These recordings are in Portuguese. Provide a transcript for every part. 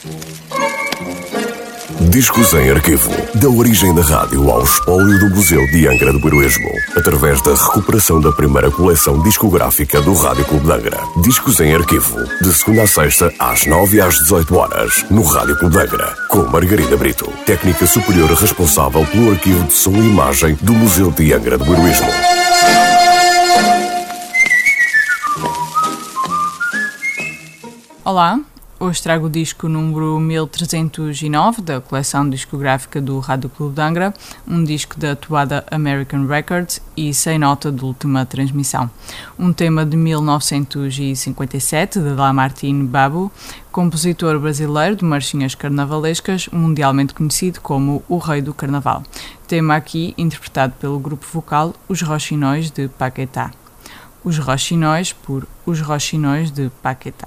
Discos em arquivo. Da origem da rádio ao espólio do Museu de Angra do Heroísmo, através da recuperação da primeira coleção discográfica do Rádio Clube de Angra. Discos em arquivo. De segunda a sexta, às 9 às 18 horas, no Rádio Clube de Angra, com Margarida Brito, técnica superior responsável pelo arquivo de som e imagem do Museu de Angra do Heroísmo. Olá, hoje trago o disco número 1309 da coleção discográfica do Rádio Clube de Angra, um disco da atuada American Records e sem nota de última transmissão. Um tema de 1957 de Lamartine Babu, compositor brasileiro de marchinhas carnavalescas, mundialmente conhecido como o Rei do Carnaval. Tema aqui interpretado pelo grupo vocal Os Roxinóis de Paquetá. Os Roxinóis por Os Roxinóis de Paquetá.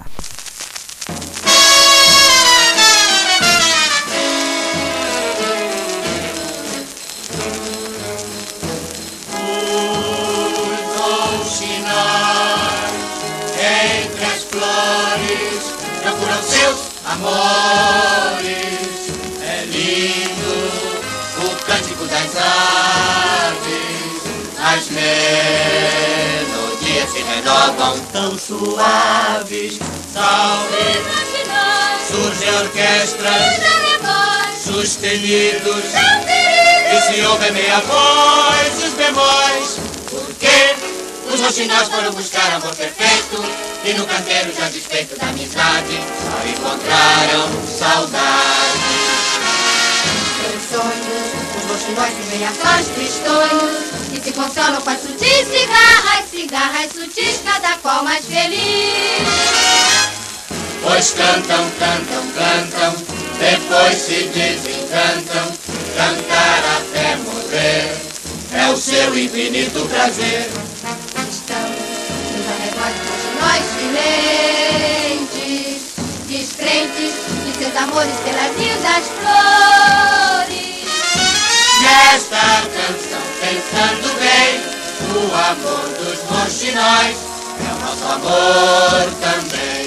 Entre as flores procuram seus amores. É lindo o cântico das aves, as melodias se renovam tão suaves. Salve, surgem orquestras sustenidos, e se ouvem meia voz, os bemóis. Porque os roxinóis foram buscar amor perfeito, e no canteiro já desfeito da amizade só encontraram saudade. Seus sonhos, os roxinóis vivem atrás tristonhos, e se consolam com as sutis cigarras, cigarras sutis, cada qual mais feliz. Pois cantam, cantam, cantam, depois se desencantam. Cantar até morrer é o seu infinito prazer. Estão nos arrebóis roxinóis silentes, descrentes de seus amores pelas lindas flores. Nesta canção, pensando bem, o amor dos roxinóis é o nosso amor também.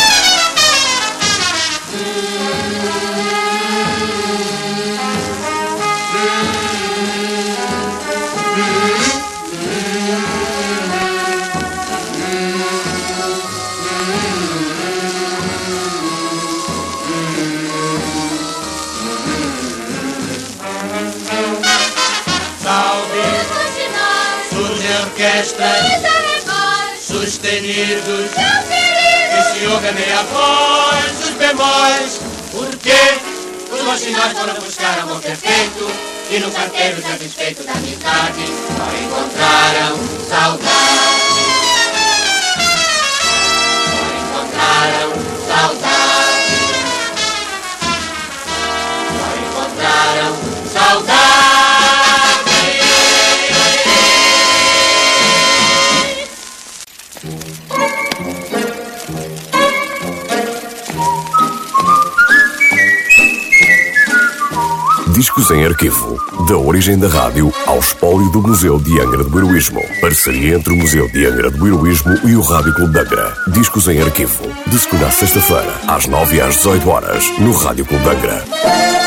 Orquestras sustenidos, e se ouve meia voz, os bemóis. Porque os roxinóis foram buscar amor perfeito, e no canteiro já desfeito da amizade só encontraram saudade. Só encontraram saudade. Só encontraram saudade. Discos em arquivo. Da origem da rádio ao espólio do Museu de Angra do Heroísmo. Parceria entre o Museu de Angra do Heroísmo e o Rádio Clube de Angra. Discos em arquivo. De segunda a sexta-feira, às 9 às 18 horas, no Rádio Clube de Angra.